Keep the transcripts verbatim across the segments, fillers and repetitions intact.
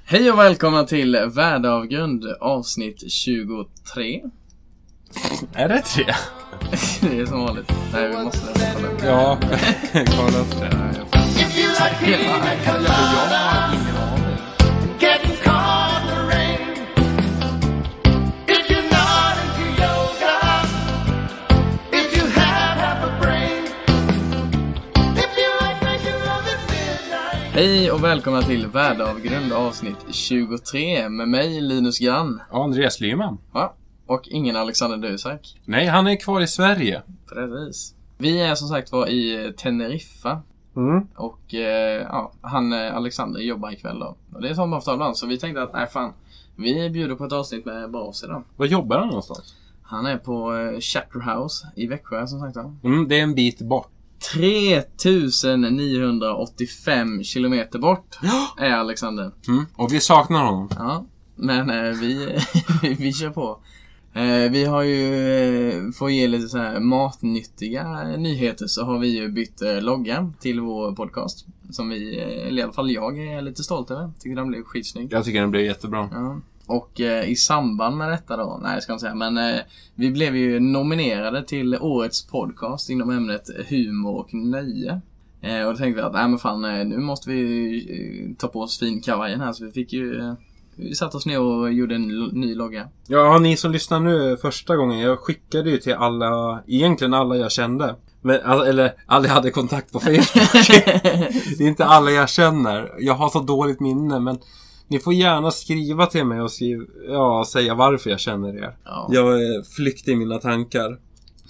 Hej och välkomna till Värdeavgrund avsnitt tjugotre. Är det tre? Det är som vanligt. Nej, vi måste nästan kolla upp. Ja, kolla upp det. Hej och välkomna till Värdeavgrund avsnitt tjugotre med mig Linus Grann. Ja, Andreas Lyman. Ja, och ingen Alexander Dusak. Nej, han är kvar i Sverige. Precis. Vi är som sagt var i Teneriffa. Mm. Och eh, ja, han Alexander jobbar ikväll då. Och det är sommarafton, så vi tänkte att nej fan, vi bjuder på ett avsnitt med bara oss idag. Var jobbar han någonstans? Han är på eh, Chapter House i Växjö som sagt då. Mm, det är en bit bort. tre tusen niohundraåttiofem kilometer bort är Alexander. Mm. Och vi saknar honom. Ja, men eh, vi, vi kör på. Eh, vi har ju, eh, för att ge lite så här matnyttiga nyheter, så har vi ju bytt eh, logga till vår podcast. Som vi, eller i alla fall jag, är lite stolt över. Tycker den blev skitsnygg. Jag tycker den blev jättebra. Ja. Och eh, i samband med detta då, nej jag ska inte säga, men eh, vi blev ju nominerade till årets podcast inom ämnet humor och nöje. Eh, och då tänkte vi att nej men fan, eh, nu måste vi eh, ta på oss fin kavajen här, så vi fick ju, eh, vi satt oss ner och gjorde en l- ny logga. Ja, ni som lyssnar nu första gången, jag skickade ju till alla, egentligen alla jag kände. Men, eller alla jag hade kontakt på Facebook. Det är inte alla jag känner. Jag har så dåligt minne, men ni får gärna skriva till mig och skriva, ja, säga varför jag känner er. Ja. Jag är flykt i mina tankar.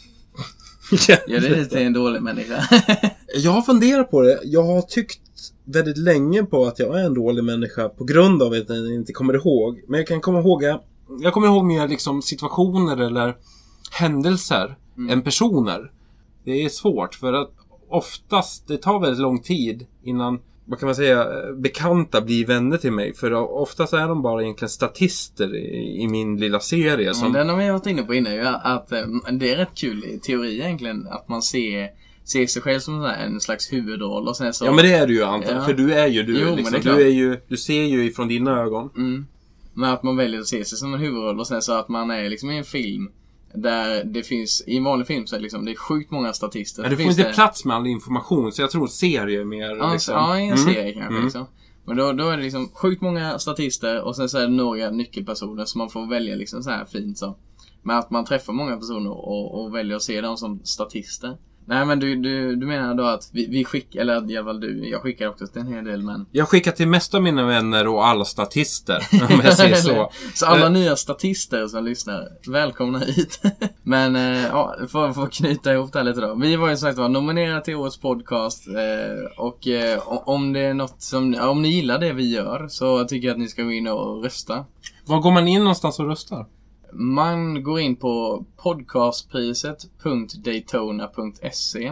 Ja, det är lite en dålig människa. Jag har funderat på det. Jag har tyckt väldigt länge på att jag är en dålig människa på grund av att jag inte kommer ihåg. Men jag kan komma ihåg, jag kommer ihåg mer liksom situationer eller händelser mm. än personer. Det är svårt för att oftast, det tar väldigt lång tid innan, vad kan man säga, bekanta blir vänner till mig. För oftast är de bara egentligen statister i, i min lilla serie. Som... Den har vi varit inne på innan ju, att det är rätt kul i teori egentligen, att man ser, ser sig själv som en slags huvudroll. Och sen så... Ja, men det är du ju, Anton. Ja. För du är ju du. Jo, liksom. men det är du, är ju, du ser ju ifrån dina ögon. Mm. Men att man väljer att se sig som en huvudroll, och sen så att man är liksom i en film där det finns, i en vanlig film så är det liksom, det är sjukt många statister. Ja, det, det får inte det... plats med all information, så jag tror serie är mer ja, liksom... ja, i en mm. serie kanske mm. liksom. Men då, då är det liksom sjukt många statister, och sen så är det några nyckelpersoner som man får välja liksom så här fint så. Men att man träffar många personer och, och väljer att se dem som statister. Nej, men du, du, du menar då att vi, vi skickar, eller i alla fall du, jag skickar också till en hel del, men... Jag skickar till mest av mina vänner och alla statister, om jag säger så. Så alla uh, nya statister som lyssnar, välkomna hit. Men uh, ja, för, för att knyta ihop det här lite då. Vi var ju sagt var nominerade till årets podcast, uh, och uh, om det är något som, om ni gillar det vi gör, så tycker jag att ni ska gå in och rösta. Var går man in någonstans och röstar? Man går in på podcastpriset punkt daytona punkt se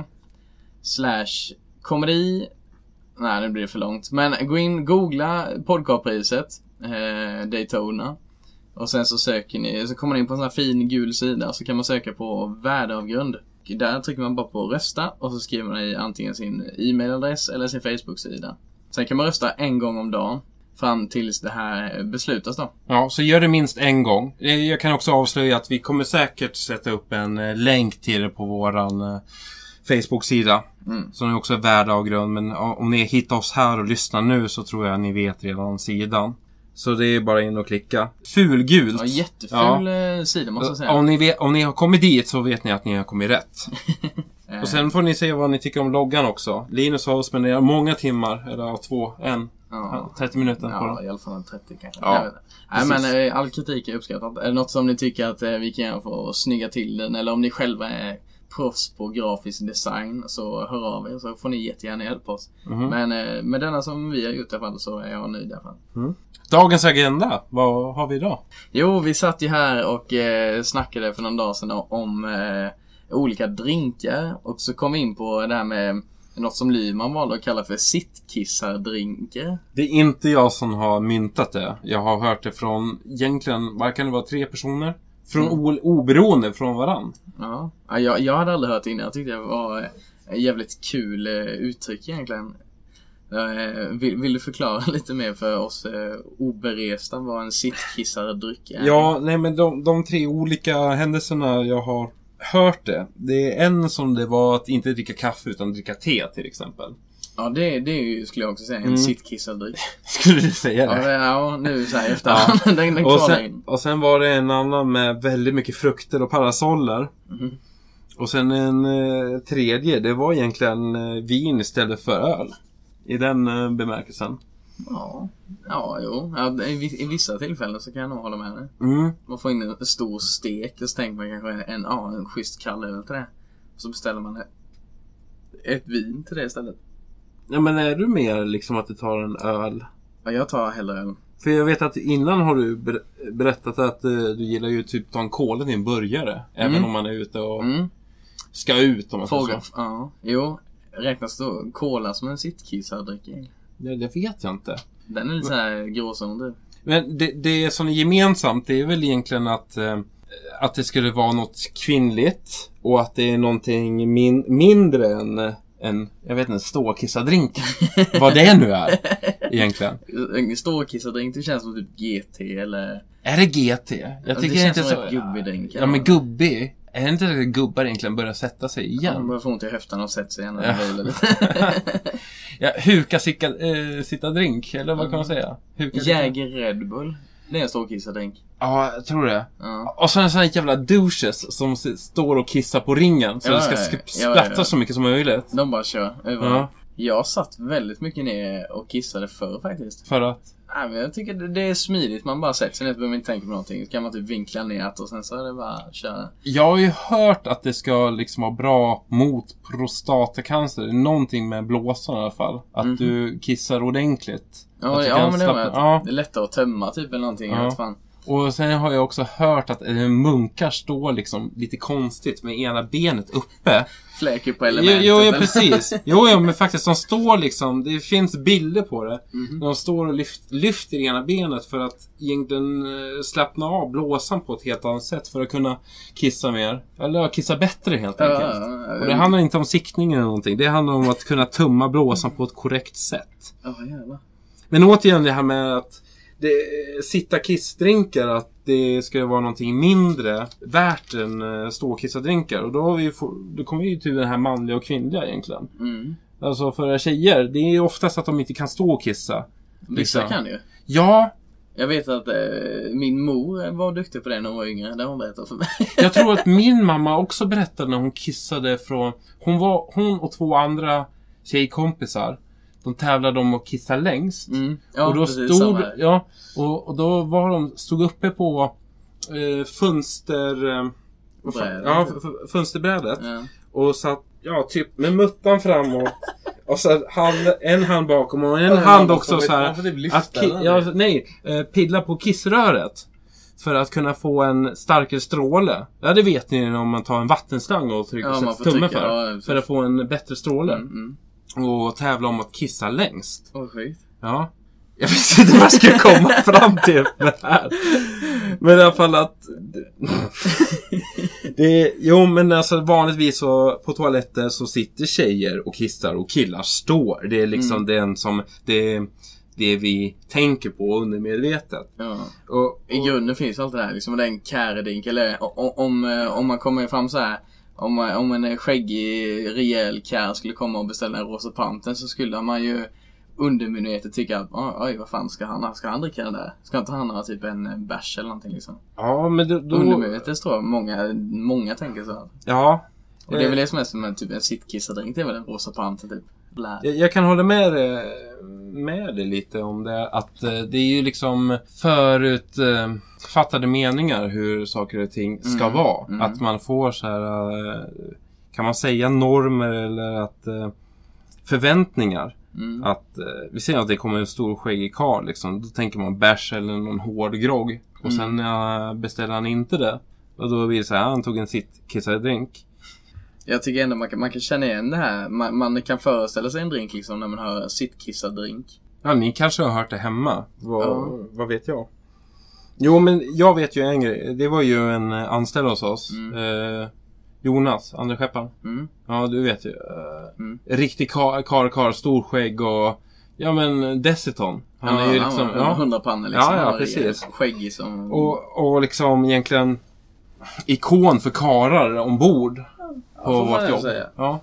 slash komedi. Nej, det blir för långt. Men gå in, googla podcastpriset eh, Daytona. Och sen så söker ni, så kommer ni in på en sån här fin gul sida, så kan man söka på värdeavgrund. Där trycker man bara på rösta, och så skriver man i antingen sin e-mailadress eller sin Facebook-sida. Sen kan man rösta en gång om dagen fram tills det här beslutas då. Ja, så gör det minst en gång. Jag kan också avslöja att vi kommer säkert sätta upp en länk till det på våran Facebook-sida. Mm. Som är också är Värdeavgrund. Men om ni hittar oss här och lyssnar nu, så tror jag ni vet redan sidan. Så det är bara in och klicka. Fulgult. Ja, jätteful ja. sida måste jag säga. Om ni, vet, om ni har kommit dit, så vet ni att ni har kommit rätt. Och sen får ni säga vad ni tycker om loggan också. Linus har spenderat många timmar, eller två, en. Ja. trettio minuter ja, på det. I alla fall trettio kanske. Ja, nej, men all kritik är uppskattat. Är det något som ni tycker att vi kan göra för att snygga till den, eller om ni själva är proffs på grafisk design, så hör av er, så får ni jättegärna hjälpa oss. Mm-hmm. Men med denna som vi har gjort i alla fall, så är jag nöjd i alla fall. Mm. Dagens agenda, vad har vi idag? Jo, vi satt ju här och eh, snackade för någon dag sedan om eh, olika drinkar, och så kom vi in på det här med något som Lyman valde att kalla för sittkissardrinker. Det är inte jag som har myntat det. Jag har hört det från, egentligen, vad kan det vara, tre personer? Från mm. o- oberoende från varann. Ja, jag, jag hade aldrig hört det innan. Jag tyckte det var ett jävligt kul uttryck egentligen. Uh, vill, vill du förklara lite mer för oss uh, oberesta vad en sittkissardryck är? Ja, nej men de, de tre olika händelserna jag har hört det. Det är en som det var att inte dricka kaffe utan dricka te till exempel. Ja, det, det är ju, skulle jag också säga, en Mm. sittkissardryck. Skulle du säga det? Ja, det, ja nu så här efterhand. Ja. den, den och, kvalar sen, in. och sen var det en annan med väldigt mycket frukter och parasoller. Mhm. Och sen en eh, tredje, det var egentligen eh, vin istället för öl. I den eh, bemärkelsen. Ja, ja, jo. Ja, i, vi- I vissa tillfällen så kan jag nog hålla med dig. Mm. Man får in en stor stek och så tänker man kanske en, ja, en schysst kall öl till det. Och så beställer man ett, ett vin till det istället. Ja, men är du mer liksom att du tar en öl? Ja, jag tar hellre öl. För jag vet att innan har du ber- berättat att eh, du gillar ju typ ta en cola till en burgare. Även Mm. om man är ute och Mm. ska ut om man säger Fråga, så. ja, jo. Räknas då cola som en sittkissardryck? Det, det vet jag inte. Den är lite såhär gråzon du. Men det, det som är gemensamt, det är väl egentligen att, eh, att det skulle vara något kvinnligt. Och att det är någonting min, mindre än en, jag vet inte, en ståkissadrink. Vad det nu är, egentligen. En ståkissardrink, det känns som typ G T eller... Är det G T? Jag det tycker känns inte som så. ett gubbig drink. Ja, men gubbig. Är det inte det att gubbar egentligen börjar sätta sig Ja, igen? man börjar få ont i höften och sätta sig igen. Ja. Ja, huka sicka, äh, sitta drink, eller vad kan man säga? Huka Jäger Red Bull. Det är en ståkissardrink. Ja, jag tror det. Ja. Och så en sån här jävla douches som s- står och kissar på ringen. Så Ja, det ska ja, sk- ja, splatta ja, ja. så mycket som möjligt. De bara kör över. Ja. Jag satt väldigt mycket ner och kissade förr faktiskt. För att... Nej, men jag tycker det, det är smidigt. Man bara sätter sig ner och behöver inte tänka på någonting. Så kan man typ vinkla ner och sen så är det bara köra. Jag har ju hört att det ska liksom vara bra mot prostatacancer. Det är någonting med blåsan i alla fall. Att Mhm. du kissar ordentligt. Ja, Att du ja kan men det var slappna- att ja. det är lättare att tömma typ eller någonting. Ja. Jag vet fan. Och sen har jag också hört att eh, munkar står liksom lite konstigt med ena benet uppe. Fläker på Jo, elementet. jo, ja, eller? precis. Jo, ja, men faktiskt de står liksom, det finns bilder på det. Mhm. De står och lyft, lyfter ena benet för att egentligen eh, slappna av blåsan på ett helt annat sätt för att kunna kissa mer. Eller ja, kissa bättre helt Ja, enkelt. ja, ja. Och det handlar inte om siktningen eller någonting. Det handlar om att kunna tumma blåsan på ett korrekt sätt. Ja, jävlar. Men återigen det här med att det, sitta kissdrinkar, att det ska vara någonting mindre värt än uh, ståkissadrinkar. Och då, har vi ju få, då kommer vi ju till det här manliga och kvinnliga egentligen. Mm. Alltså för tjejer, det är ju oftast att de inte kan stå och kissa. Vissa Liksom. kan ju. Ja, Jag vet att eh, min mor var duktig på det när hon var yngre. Det har hon berättat för mig. jag tror att min mamma också berättade när hon kissade från... Hon, var, hon och två andra tjejkompisar, de tävlade om att kissa längst. Mm. Ja, och då precis, stod, samma här. ja, och, och då var de, stod uppe på eh, fönster... Eh, vad fan? Brädet. Ja, f- f- fönsterbrädet. Ja. Och satt, ja, typ med muttan framåt. Och så hand, en hand bakom och en Ja, hand man också får- så här. man får typ lyfta Att ki- den. ja, nej, eh, pilla på kissröret. För att kunna få en starkare stråle. Ja, det vet ni om man tar en vattenslang och trycker Ja, och man sätter får tummen trycka, för. ja, precis. för att få en bättre stråle. Mm, mm. Och tävla om att kissa längst. Åh, sjukt. Ja. Jag visste inte vad jag skulle komma fram till med det här. Men i alla fall att... Det, jo, men alltså vanligtvis så på toaletter så sitter tjejer och kissar och killar står. Det är liksom Mm. den som... Det, det vi tänker på undermedvetet. Ja. Och, och, I grunden finns allt det här. Liksom det är en käredink. Eller om, om, om man kommer fram så här. Om, om en skäggig, rejäl kär skulle komma och beställa en rosa panten, så skulle man ju undermedvetet tycka att oj, vad fan ska han ha? Ska han dricka den där? Ska inte han ha typ en bärs eller någonting liksom? ja, men då... då Undermedvetet tror jag många, många tänker så. ja. Och det är väl det som är som en, typ en sittkissadrink. Det är väl en rosa panten typ. Blä. Jag, jag kan hålla med det, med det lite om det. Att eh, det är ju liksom förut eh, fattade meningar hur saker och ting ska Mm, vara. mm. Att man får så här, eh, kan man säga normer eller att eh, förväntningar. Mm. Att eh, vi ser att det kommer en stor skäggig karl liksom. Då tänker man bärs eller någon hård grogg. Och Mm. sen eh, beställer han inte det. Och då blir det så här, han tog en sittkissad drink. Jag tycker ändå man kan, man kan känna igen det här. Man, man kan föreställa sig en drink liksom när man hör sittkissad drink. Ja, ni kanske har hört det hemma. Vad, Ja. vad vet jag? Jo, men jag vet ju en grej. Det var ju en eh, anställd hos oss. Mm. Eh, Jonas, andra skepparen. Mm. Ja, du vet ju. Eh, Mm. Riktig kar, kar, kar, stor skägg och Ja, men Desiton. Han ja, är ju liksom... Ja, hundra pannor liksom. Ja, ja, precis. Skäggig som... Och, och liksom egentligen ikon för karar ombord på ja, vårt jobb. Säga. Ja.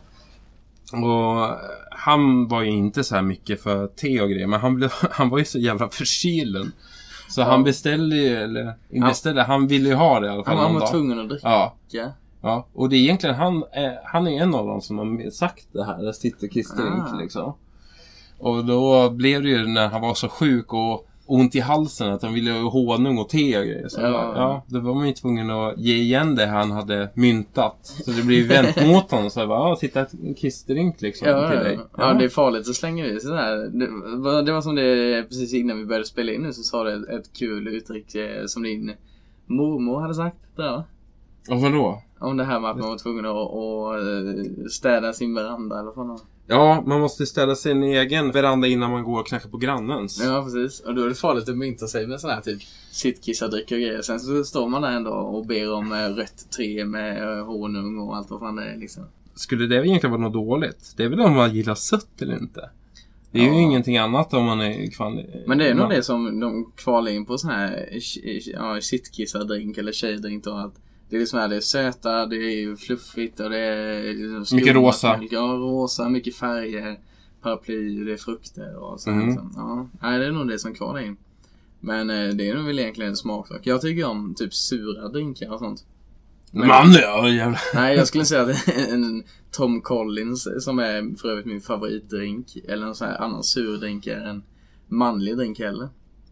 Och han var ju inte så här mycket för te och grejer, men han, blev, han var ju så jävla förkylen. Så ja. han beställde ju, eller inte beställde, ja. han ville ju ha det i alla fall. Han var dag. tvungen att dricka. Ja. Ja, och det är egentligen han, är, han är en av dem som har sagt det här, det sitter Kisterink ah. liksom. Och då blev det ju när han var så sjuk och ont i halsen att han ville ha honung och te och grejer. Så ja. Bara, ja, då var man ju tvungen att ge igen det han hade myntat. Så det blev ju vänt mot honom. Så jag bara, ja, titta ett Kisterink liksom ja, till ja. dig. Ja. ja, det är farligt att slänga i sådär. Det, det var som det precis innan vi började spela in nu, så sa det ett, ett kul uttryck eh, som din mormor hade sagt. Ja. Och vadå? Om det här med att man var tvungen att, att städa sin veranda eller vad. Ja, man måste ställa sin egen veranda innan man går och knackar på grannens. Ja, precis. Och då är det farligt att mynta sig med sådana här typ sittkissardryck och grejer. Sen så står man där ändå och ber om rött tre med honung och allt vad fan det är liksom. Skulle det egentligen vara något dåligt? Det är väl om man gillar sött eller inte? Det är ja. ju ingenting annat om man är kvann... Men det är nog det som de kvalar in på sån här ja, sittkissardrink eller tjejdrink och allt. Det är liksom här, det är söta, det är fluffigt och det är liksom mycket rosa. Ja, rosa, mycket färger, paraply, det är frukter och så. Mm. Liksom. Ja, nej, det är nog det som kvar in. Men eh, det är nog väl egentligen en smaksak. Jag tycker om typ sura drinkar och sånt. Men, Man, ja, jävla. Nej, jag skulle säga att det är en Tom Collins som är för övrigt min favoritdrink. Eller en sån här annan sur drink är en manlig drink heller.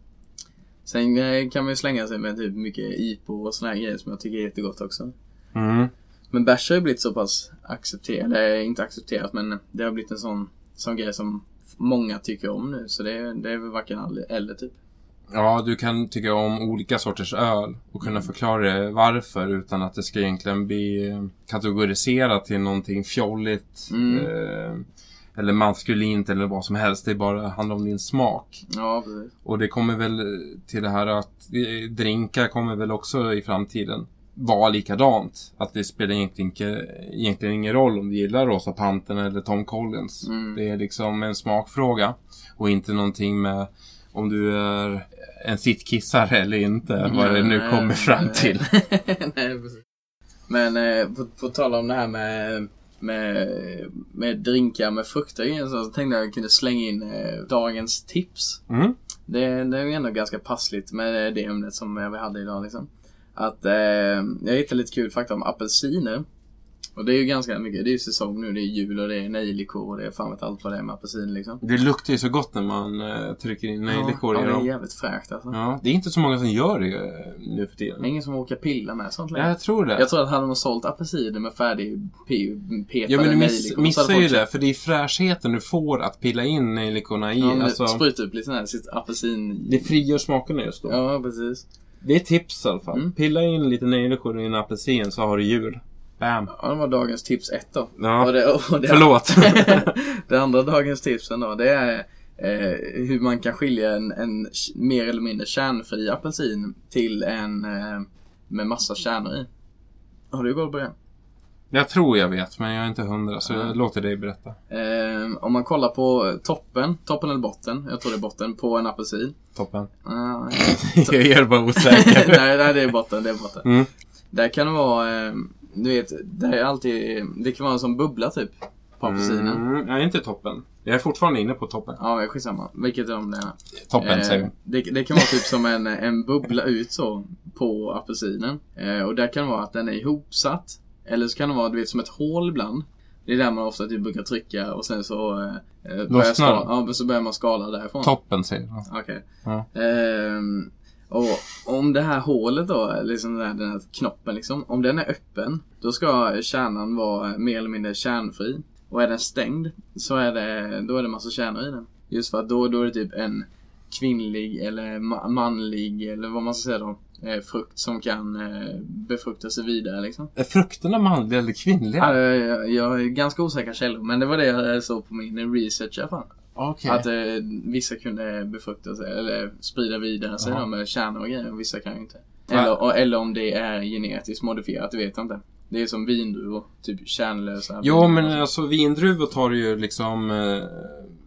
Sen kan man ju slänga sig med typ mycket I P O och såna här grejer som jag tycker är jättegott också. Mm. Men bärs har ju blivit så pass accepterat, eller inte accepterat, men det har blivit en sån, sån grej som många tycker om nu. Så det, det är väl varken eller typ. Ja, du kan tycka om olika sorters öl och kunna förklara varför utan att det ska egentligen bli kategoriserat till någonting fjolligt. Mm. Eh, eller maskulint eller vad som helst. Det är bara handlar om din smak. Ja, precis. Och det kommer väl till det här att drinkar kommer väl också i framtiden vara likadant. Att det spelar egentligen, egentligen ingen roll om du gillar Rosa Pantern eller Tom Collins. Mm. Det är liksom en smakfråga. Och inte någonting med om du är en sittkissare eller inte. Mm, vad det nu nej, kommer fram till. Nej, precis. Men eh, på, på tal om det här med... Med, med drinkar med frukter i, så tänkte jag att jag kunde slänga in eh, dagens tips. Mm. Det, det är ju ändå ganska passligt med det ämnet som vi hade idag liksom. Att eh, jag hittade lite kul fakta om apelsiner. Och det är ju ganska mycket, det är ju säsong nu, det är jul och det är nejlikor och det är fan vet allt vad det är med apelsin liksom. Det luktar ju så gott när man uh, trycker in nejlikor ja, i dem. Ja, det är jävligt fräkt alltså. Ja, det är inte så många som gör det uh, nu för tiden. Det är ingen som åker pilla med sånt längre. Ja, jag tror det. Jag tror att hade de sålt apelsiner med färdig p- petade ja, men du miss, nejlikor. missar ju det, för det är fräschheten du får att pilla in nejlikorna i. Ja, alltså, spruta upp lite sån här sitt apelsin. Det frigör smakerna just då. Ja, precis. Det är tips i alla fall. Mm. Pilla in lite nejlikor i en apelsin så har du jul. Bam. Ja, det var dagens tips ett då. Ja, och det, och det, förlåt. Det andra dagens tipsen då, det är eh, hur man kan skilja en, en mer eller mindre kärnfri apelsin till en eh, med massa kärnor i. Har du gått på det? Jag tror jag vet, men jag är inte hundra, så jag låter dig berätta. Eh, om man kollar på toppen, toppen eller botten, jag tror det är botten, på en apelsin. Toppen. Ah, jag är bara osäker. nej, nej, det är botten, det är botten. Mm. Där kan det vara... Eh, du vet, det är alltid, det kan vara en sån bubbla typ på apelsinen. Mm, jag är inte toppen. Jag är fortfarande inne på toppen. Ja, jag är skitsamma. Vilket är om det är. Toppen, eh, säger det, det kan vara typ som en, en bubbla ut så på apelsinen. Eh, och där kan det vara att den är ihopsatt. Eller så kan det vara, du vet, som ett hål ibland. Det är där man ofta typ brukar trycka och sen så eh, börjar, skala, ja, så börjar man skala därifrån. Toppen, säger jag. Okej. Okay. Ja. Eh, och om det här hålet då, liksom den här, den här knoppen liksom, om den är öppen, då ska kärnan vara mer eller mindre kärnfri. Och är den stängd, så är det, då är det massa kärnor i den. Just för att då, då är det typ en kvinnlig eller ma- manlig, eller vad man ska säga då, eh, frukt som kan eh, befrukta sig vidare liksom. Är frukterna manliga eller kvinnliga? Ja, jag, jag är ganska osäker källor, men det var det jag såg på min research i alla fall. Okay. Att eh, vissa kunde befrukta sig eller sprida vidare sig då, med kärnor och grejer, och vissa kan ju inte. Eller, och, eller om det är genetiskt modifierat, det vet jag inte. Det är som vindruvor, typ kärnlösa. Jo, men alltså vindruvor tar ju liksom eh,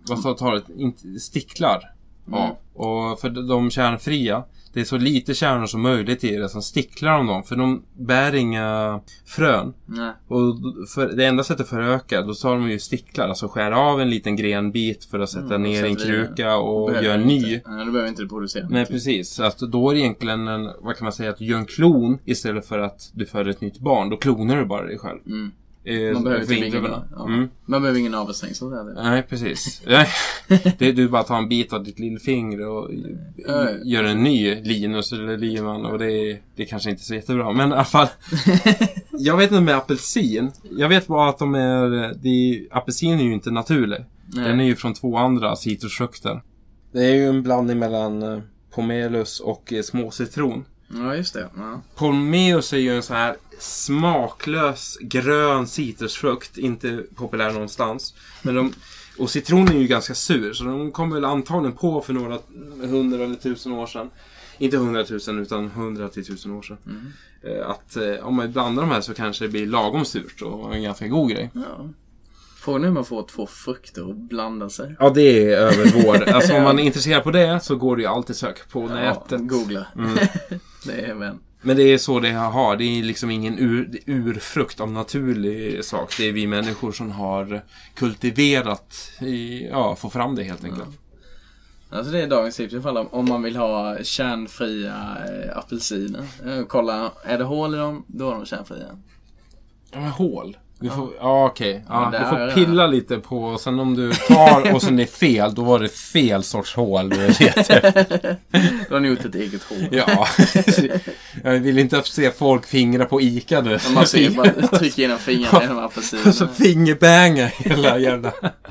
vad så tar det, inte, sticklar. Mm. Ja. Och för de kärnfria, det är så lite kärnor som möjligt i det som sticklar om dem. För de bär inga frön. Nej. Och för det enda sättet för att öka, då tar de ju sticklar. Alltså skär av en liten grenbit för att sätta Mm, ner i en kruka och Behöver göra en ny. inte. Nej, du behöver inte producera. Nej, precis. Så att då är det egentligen en, vad kan man säga, att du gör en klon istället för att du föder ett nytt barn. Då klonar du bara dig själv. Mm. Eh, Man behöver för inte ingen, ingripna. ja. Mm. Man behöver ingen avstängsel där. Nej, precis. det är du bara tar en bit av ditt lillfinger och Ja. gör en ny Linus eller Liman, och det är, det är kanske inte så jättebra. Men i alla fall, jag vet inte med apelsin. Jag vet bara att de är, det är apelsin är ju inte naturlig. Nej. Den är ju från två andra citrusfrukter. Det är ju en blandning mellan eh, pomelus och eh, småcitron. Ja, just det. Ja. Pomeus är ju en så här smaklös grön citrusfrukt, inte populär någonstans. Men de, och citronen är ju ganska sur, så de kom väl antagligen på för några hundra eller tusen år sedan. Inte hundratusen utan hundra till tusen år sedan. Mm. Att eh, om man blandar de här så kanske det blir lagom surt och en ganska god grej. Ja. Frågan är hur man får två frukter att blanda sig. Ja, det är övervård. Alltså om man är intresserad på det så går det ju alltid sök på nätet. Ja, googla. Mm. Det är vän. Men det är så det har. Det är liksom ingen ur, urfrukt av naturlig sak. Det är vi människor som har kultiverat i, ja, få fram det helt enkelt. Ja. Alltså det är dagens tips i fall om, om man vill ha kärnfria eh, apelsiner. Eh, kolla, är det hål i dem, då är de kärnfria. Ja, hål. Du får, ja, okej. Ja, Ja, du får där, pilla ja. lite på, och sen om du tar och sen det är fel, då var det fel sorts hål du letar. Då har ni gjort ett eget hål. Ja. Jag vill inte se folk fingra på Ica nu. Om man ser bara trycker in fingrarna i de här apelsinerna. Och så fingerbanga hela jävla.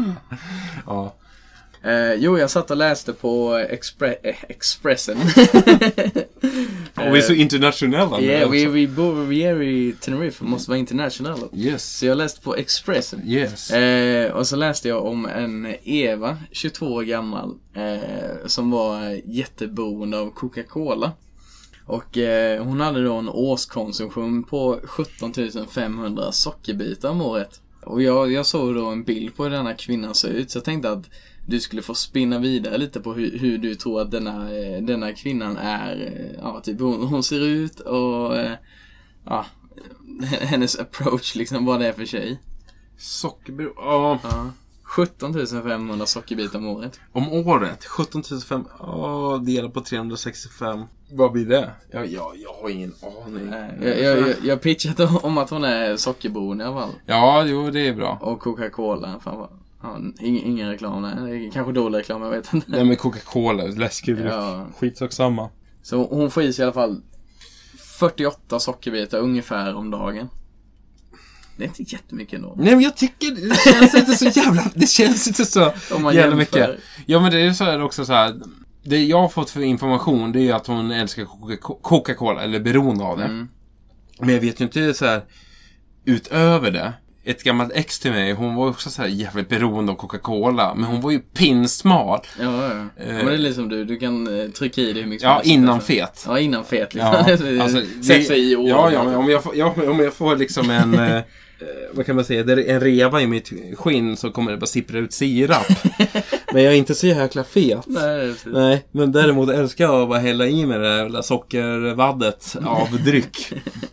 Ja. Eh, jo, jag satt och läste på Expre- eh, Expressen. Och vi är så internationella. Ja, yeah, vi, vi bor vi är i Tenerife, måste vara internationella. Yes. Så jag läste på Expressen. Yes. Eh, och så läste jag om en Eva, tjugotvå år gammal, eh, som var jätteberoende av Coca-Cola. Och eh, hon hade då en årskonsumtion på sjutton tusen femhundra sockerbitar om året. Och jag, jag såg då en bild på hur denna kvinnan ser ut, så jag tänkte att du skulle få spinna vidare lite på hur, hur du tror att denna, denna kvinnan är, ja, typ hon, hon ser ut och ja, hennes approach liksom, vad det är för tjej. Sockerbitar, ja. Ja. sjutton tusen femhundra sockerbitar om året. Om året? sjutton tusen femhundra, ja, dela på trehundrasextiofem. Vad blir det? Jag, jag, jag har ingen aning. Nej, jag, jag, jag, jag pitchat om att hon är sockerberoende i alla fall. Ja, jo, det är bra. Och Coca-Cola, fan vad. Ja, ingen, ingen reklam, nej. Det är kanske dålig reklam, jag vet inte. Nej, men Coca-Cola, läskigt. Ja. Skitsak samma. Så hon får i sig i alla fall fyrtioåtta sockerbitar ungefär om dagen. Det är inte jättemycket ändå. Nej, men jag tycker det känns inte så jävla. Det känns inte så jävla mycket. Ja, men det är så här också så här. Det jag har fått för information, det är att hon älskar Coca-Cola eller beroende av det. Mm. Men jag vet ju inte så här utöver det. Ett gammalt ex till mig, hon var också så här jävligt beroende av Coca-Cola, men hon var ju pinsmal. Ja, ja. ja. Eh, men det är liksom du, du kan eh, trycka i det hur mycket ja, innan fet. Ja, innan fet liksom. Ja, alltså, sätt sig i år. Ja, ja, men om jag får, ja, om jag får liksom en eh, vad kan man säga, det är en reva i mitt skinn, så kommer det bara sippra ut sirap. Men jag är inte så jäkla fet. Nej, Nej, men däremot älskar jag att bara hälla i mig det där sockervaddet av dryck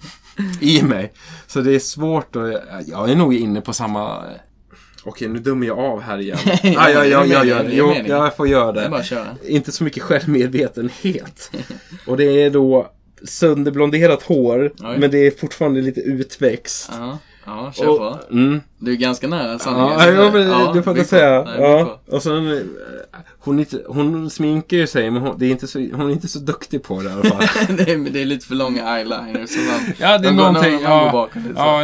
i mig. Så det är svårt att, jag är nog inne på samma. Okej, nu dömer jag av här igen. ja, ja, ja, ja, ja, ja. Jo, jag får göra det. Det är bara att köra. Inte så mycket självmedvetenhet. Och det är då sönderblonderat hår. Oj. Men det är fortfarande lite utväxt. Ja, ja, kör på. Mm. Du är ganska nära sanningen. Ja, ja, men ja, du får inte säga. Nej, ja. Och sen hon, inte, hon sminkar ju sig, men hon, det är inte så, hon är inte så duktig på det i alla fall. det, är, det är lite för långa eyeliner. Så man, ja, det är någonting. Någon, ja, bakom, ja,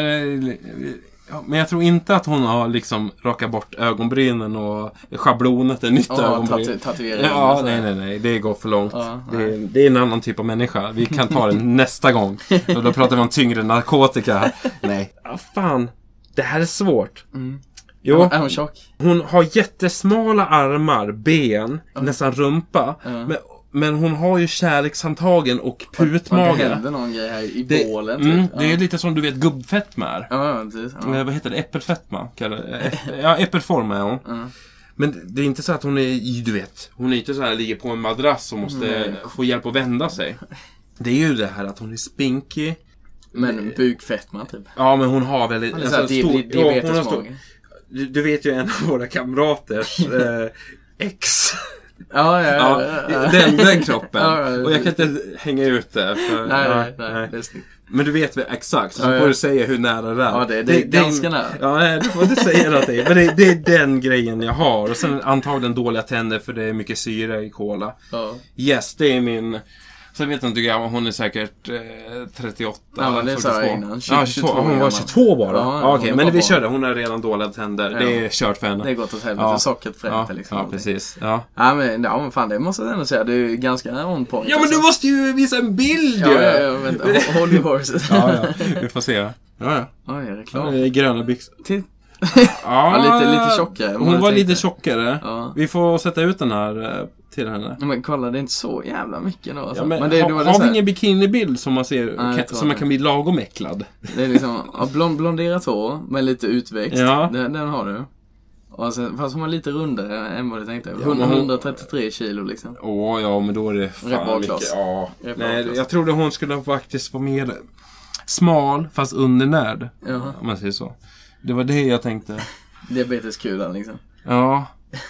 ja, men jag tror inte att hon har liksom rakat bort ögonbrynen och schablonat en nytt ja, ögonbryn. Tatuering. Ja, nej, nej, nej. Det går för långt. Ja, det, det är en annan typ av människa. Vi kan ta den nästa gång. Och då pratar vi om tyngre narkotika. Nej. Ja, fan. Det här är svårt. Mm. Jo, är hon tjock? Hon har jättesmala armar, ben, mm. nästan rumpa. Mm. Men, men hon har ju kärlekshandtagen och putmage. Det händer någon grej här i det, bålen. Mm, typ. det är lite som du vet gubbfettma är. Ja, precis. Ja. Vad heter det? Äppelfettma? Ja, äppelform är hon. Mm. Men det är inte så att hon är, du vet, hon är inte så här ligger på en madrass och måste mm. få hjälp att vända sig. Det är ju det här att hon är spinkig. Men bukfettma typ. Ja, men hon har väldigt alltså, stor, di, di, ja, hon har stor, du, du vet ju en av våra kamraters eh, ex. Ja, ja, ja, ja, ja. Den, den kroppen. Ja, ja, och jag kan inte hänga ut det. För, nej, nej, nej, nej. Det är men du vet väl exakt, så ja, ja. får du säga hur nära det är. Ja, det, det, det är den, ganska nära. Ja, du får inte säga någonting. Men det, det är den grejen jag har. Och sen antagligen dåliga tänder för det är mycket syra i cola. Ja. Yes, det är min... Så jag vet inte hur gammal, hon är säkert eh, trettioåtta. Ja, men det är så här innan. tjugo, ja, tjugotvå, hon var tjugotvå bara. Ja, ja, okej, okay, men vi körde. Hon har redan dåliga tänder. Ja. Det är kört för henne. Det är gott att säga. Ja. Sockret för ja. liksom. Ja, precis. Ja. Ja, men, ja, men fan, det måste jag ändå säga. Det är ju ganska on point. Ja, men alltså. Du måste ju visa en bild. Ja, ja, ja, vänta. Hold your horses. Ja, ja. Vi får se. Ja, ja. Ja, är reklam. Ja, gröna byxor. Till... ja, ja, lite, lite tjockare. Hon var tänkte. lite tjockare. Ja. Vi får sätta ut den här till henne. Ja, men kolla, det är inte så jävla mycket då. Alltså. Ja, men men det, ha, det var har det vi ingen bikinibild som man ser, Nej, kan, som man kan bli lagom äcklad? Det är liksom, ja, blond, blonderat hår med lite utväxt. Ja. Den, den har du. Och sen, fast hon var lite rundare än vad du tänkte. Ja, hundratrettiotre kilo liksom. Åh, ja, men då är det fan mycket. Ja. Nej, jag trodde hon skulle faktiskt vara mer smal, fast undernärd. Jaha. Om man säger så. Det var det jag tänkte. Diabeteskulan liksom. Ja.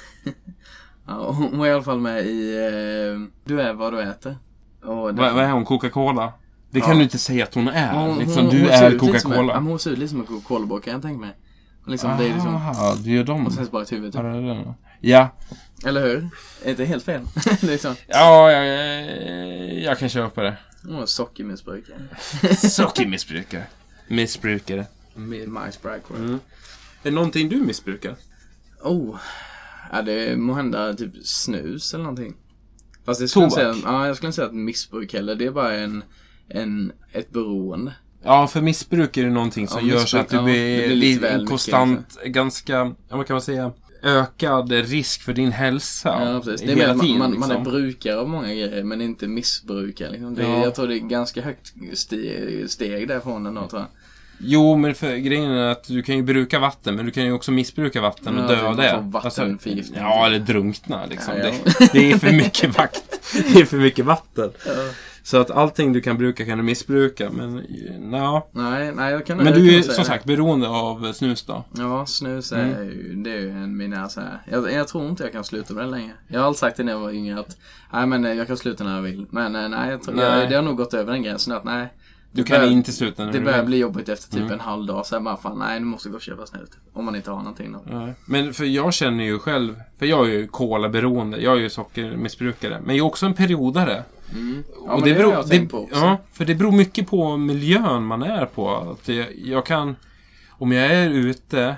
Ja, hon var i alla fall med i eh, Du är vad du äter. Vad va är hon? Coca-Cola? Det kan ja. du inte säga att hon är. Hon, liksom, hon, du hon är Coca-Cola. Ja, hon ser ut lite som en Coca-Cola-bock, kan jag tänka mig. Liksom, ah, det är liksom, det gör de. och sen bara ett huvud typ. Ja. Eller hur? Är det helt fel? liksom. Ja, jag, jag, jag kan köpa det. Hon är sockermissbrukare. Sockermissbrukare. Missbrukare. Majsbrukare. Mm. Är det någonting du missbrukar? Oh, ja, det må hända typ snus eller någonting. Fast det skulle säga, ja, jag skulle inte säga att missbruk heller. Det är bara en, en, ett beroende. Ja, för missbruk är det någonting som ja, gör så att du blir, ja, blir en konstant, mycket, ganska, ja, vad kan man säga, ökad risk för din hälsa. Ja, precis. Det är mer att man, man, liksom. man är brukare av många grejer, men inte missbrukare. Liksom. Det är, ja. Jag tror det är ganska högt steg, steg därifrån ändå, tror jag. Jo, men för grejen är att du kan ju bruka vatten, men du kan ju också missbruka vatten och ja, dö det. Vattenförgiftning. Alltså, ja, eller drunkna liksom. Ja, ja. Det, det är för mycket vakt. Det är för mycket vatten. Ja. Så att allting du kan bruka kan du missbruka, men ja. Nej, nej, jag kan Men jag du kan är som sagt beroende av snus då. Ja, snus är mm. ju, det är ju en mina så här. Jag, jag tror inte jag kan sluta med det länge. Jag har alltid sagt det när jag var yngre att nej, men jag kan sluta när jag vill. Men nej, jag tror, nej. Jag, det har nog gått över den gränsen att nej. Du kan börjar, inte sluta när det du börjar vill. bli jobbigt efter typ mm. en halv dag. Så jag bara, fan, nej, nu måste jag gå och köpa snus. Om man inte har någonting då. Nej. Men för jag känner ju själv, för jag är ju cola-beroende. Jag är ju sockermissbrukare. Men jag är också en periodare. Mm. Ja, och det, det beror, jag tänkt på också. Ja, för det beror mycket på miljön man är på. Att jag, jag kan, om jag är ute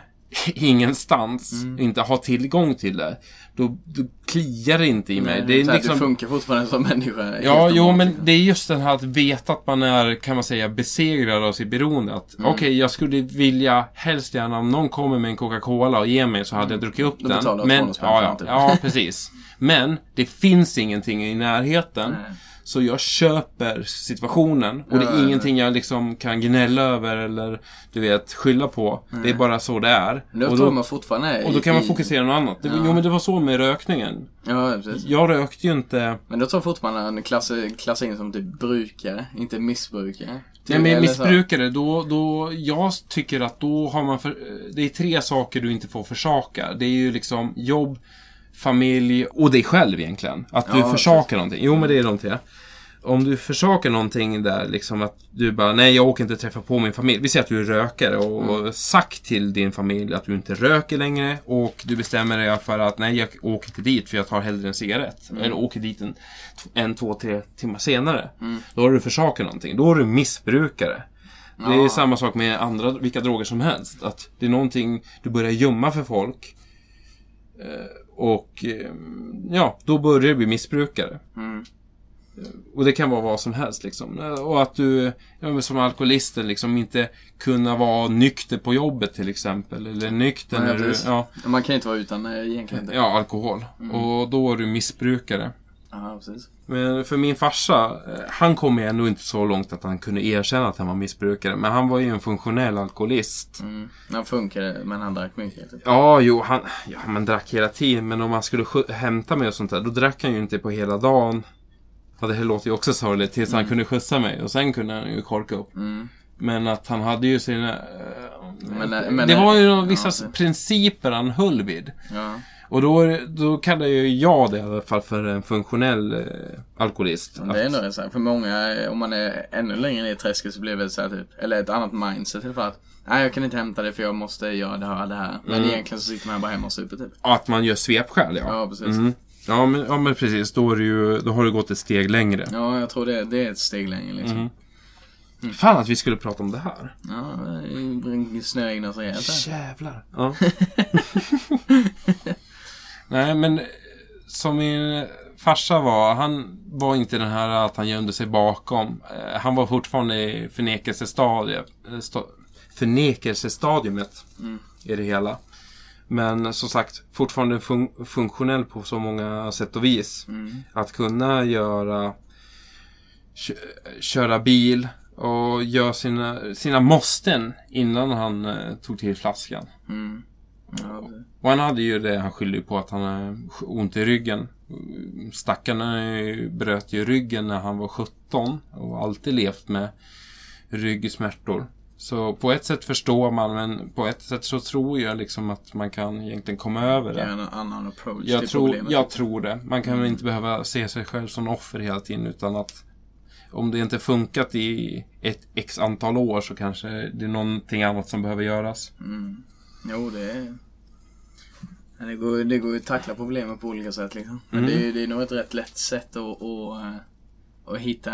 ingenstans, mm. inte har tillgång till det, då, då kliar det inte i mig. Nej, det, är liksom, det funkar fortfarande som människa. Ja, jo, men det är just den här att veta att man är, kan man säga, besegrad av sitt beroende. Att mm. okej, okay, jag skulle vilja helst gärna om någon kommer med en Coca-Cola och ger mig så hade mm. jag druckit upp då den. Men, ja, ja, ja, precis. Men det finns ingenting i närheten. Nej. Så jag köper situationen. Och det är ingenting jag liksom kan gnälla över eller, du vet, skylla på. Mm. Det är bara så det är. Men och, då, man fortfarande är och då kan man i, fokusera på något annat. Det, ja. Jo, men det var så med rökningen. Ja, precis. Jag rökte ju inte... Men då tror jag fortfarande en klass, klass in som typ brukare, inte missbrukare. Nej, men missbrukare, då, då... Jag tycker att då har man... För, det är tre saker du inte får försaka. Det är ju liksom jobb, familj och dig själv egentligen. Att du ja, försakar precis. någonting. Jo, men det är de tre. Om du försakar någonting där liksom att du bara, nej jag åker inte träffa på min familj. Vi säger att du är rökare och mm. sagt till din familj att du inte röker längre. Och du bestämmer dig för att, nej jag åker inte dit för jag tar hellre en cigarett. Mm. Eller åker dit en, en, två, tre timmar senare. Mm. Då har du försakat någonting. Då är du missbrukare. Det är ja. samma sak med andra, vilka droger som helst. Att det är någonting du börjar gömma för folk. Och ja, då börjar du bli missbrukare. Mm. Och det kan vara vad som helst liksom. Och att du ja, som alkoholisten liksom inte kunna vara nykter på jobbet till exempel. Eller nykter ja, när du, ja. Man kan inte vara utan egentligen inte. Ja, alkohol. Mm. Och då är du missbrukare. Ja, precis. Men för min farsa, han kom ju ändå inte så långt att han kunde erkänna att han var missbrukare. Men han var ju en funktionell alkoholist. Mm. Han funkade, men han drack mycket. Typ. Ja, jo, han, ja, man drack hela tiden. Men om man skulle sk- hämta mig och sånt där, då drack han ju inte på hela dagen. Ja, det här låter ju också sorgligt. Tills mm. han kunde skjutsa mig. Och sen kunde han ju korka upp. Mm. Men att han hade ju sina... Äh, men, men, det var ju vissa ja, principer han höll vid. Ja. Och då, då kallar ju jag det i alla fall för en funktionell eh, alkoholist. Det är ändå så här, för många, om man är ännu längre ner i träsket så blir det så här typ, eller ett annat mindset för att nej, jag kan inte hämta det för jag måste göra det här, det här. Men mm. egentligen så sitter man bara hemma och super typ. Att man gör svepskäl, ja. Ja, precis. Mm. Ja, men, ja, men precis. Då, är det ju, då har det gått ett steg längre. Ja, jag tror det, det är ett steg längre liksom. Mm. Mm. Fan att vi skulle prata om det här. Ja, snöregnar så rejält. Jävlar. Ja. Nej, men som min farsa var, han var inte den här att han gömde sig bakom. Han var fortfarande i förnekelsestadiet, förnekelsestadiumet mm. i det hela. Men som sagt, fortfarande fun- funktionell på så många sätt och vis. Mm. Att kunna göra kö- köra bil och göra sina, sina måsten innan han eh, tog till flaskan. Mm. Ja, det... Och han hade ju det, han skyllde på att han hade ont i ryggen. Stackarna bröt ju ryggen när han var sjutton och alltid levt med ryggsmärtor. Så på ett sätt förstår man, men på ett sätt så tror jag liksom att man kan egentligen komma över det. En annan approach jag till tror, problemet. Jag tror det. Man kan mm. inte behöva se sig själv som offer hela tiden, utan att om det inte funkat i ett x antal år så kanske det är någonting annat som behöver göras. Mm. Jo, det är... Det går, det går ju att tackla problemen på olika sätt liksom. Men mm. det, är, det är nog ett rätt lätt sätt att, att, att hitta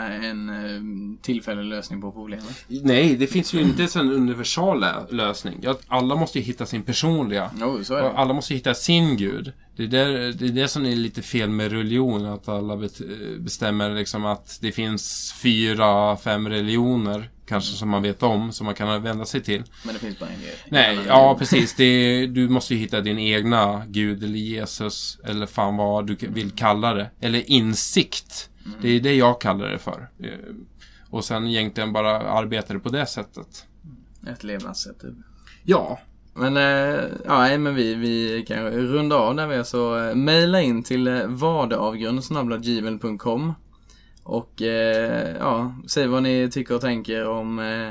en tillfällig lösning på problemet. Nej, det finns ju inte en universal lösning. Alla måste ju hitta sin personliga. Jo, så är det. Alla måste hitta sin gud. Det är, där, det är det som är lite fel med religion. Att alla bestämmer liksom att det finns fyra, fem religioner. Kanske som man vet om, som man kan vända sig till. Men det finns bara en gud. Nej, ja precis. Det, du måste ju hitta din egna gud eller Jesus. Eller fan vad du vill kalla det. Eller insikt. Mm. Det är det jag kallar det för. Och sen egentligen bara arbeta det på det sättet. Ett levnadssätt typ. Ja. Men, äh, ja, men vi, vi kan runda av där vi är så. Äh, maila in till vardeavgrund snabel-a gmail punkt com. Och eh, ja, säg vad ni tycker och tänker om eh,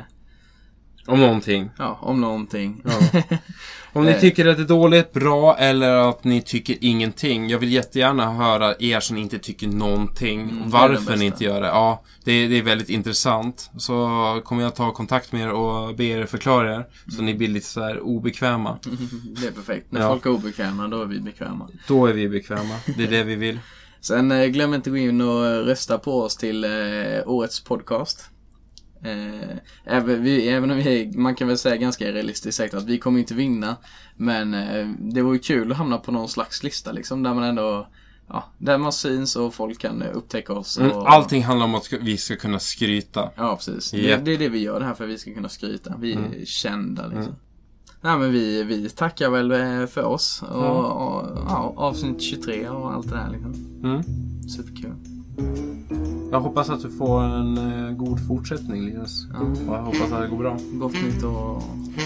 om någonting. Ja, om någonting. Ja. Om ni tycker att det är dåligt, bra, eller att ni tycker ingenting. Jag vill jättegärna höra er som inte tycker någonting. Mm, varför ni inte gör det. Ja, det, det är väldigt intressant. Så kommer jag ta kontakt med er och be er förklara er. Mm. Så ni blir lite så här obekväma. Det är perfekt. När ja. folk är obekväma, då är vi bekväma. Då är vi bekväma. Det är det vi vill. Sen eh, glöm inte gå in och rösta på oss till eh, årets podcast. Eh, även, vi, även om vi är, man kan väl säga ganska realistiskt sagt att vi kommer inte vinna. Men eh, det var ju kul att hamna på någon slags lista liksom, där man ändå, ja, där man syns och folk kan upptäcka oss. Och, mm, allting handlar om att vi ska kunna skryta. Ja, precis. Yep. Det, det är det vi gör det här för att vi ska kunna skryta. Vi är mm. kända liksom. Mm. Nej, men vi, vi tackar väl för oss och, mm. och, och ja, avsnitt tjugotre och allt det där liksom. Mm. Superkul. Jag hoppas att du får en uh, god fortsättning, Linus. Ja. Och jag hoppas att det går bra. Gott nytt och...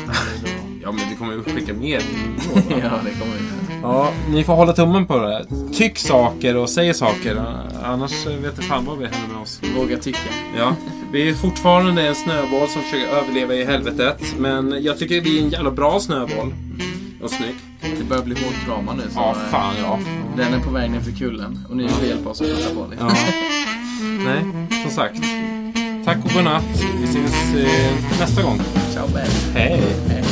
Ja, men det kommer ju skicka med. Ja, det kommer vi. Ja, ni får hålla tummen på det. Tyck saker och säg saker. Annars vet jag fan vad vi händer med oss. Våga tycka. Ja, vi är fortfarande en snöboll som försöker överleva i helvetet. Men jag tycker vi är en jävla bra snöboll. Och snygg. Det börjar bli hårt kramar nu. Ja, fan ja. Den är på väg ner för kullen. Och ni får hjälpa oss att prata på det. Ja. Nej, som sagt. Tack och godnatt. Vi ses eh, nästa gång. Ciao, baby. Hej. Hej.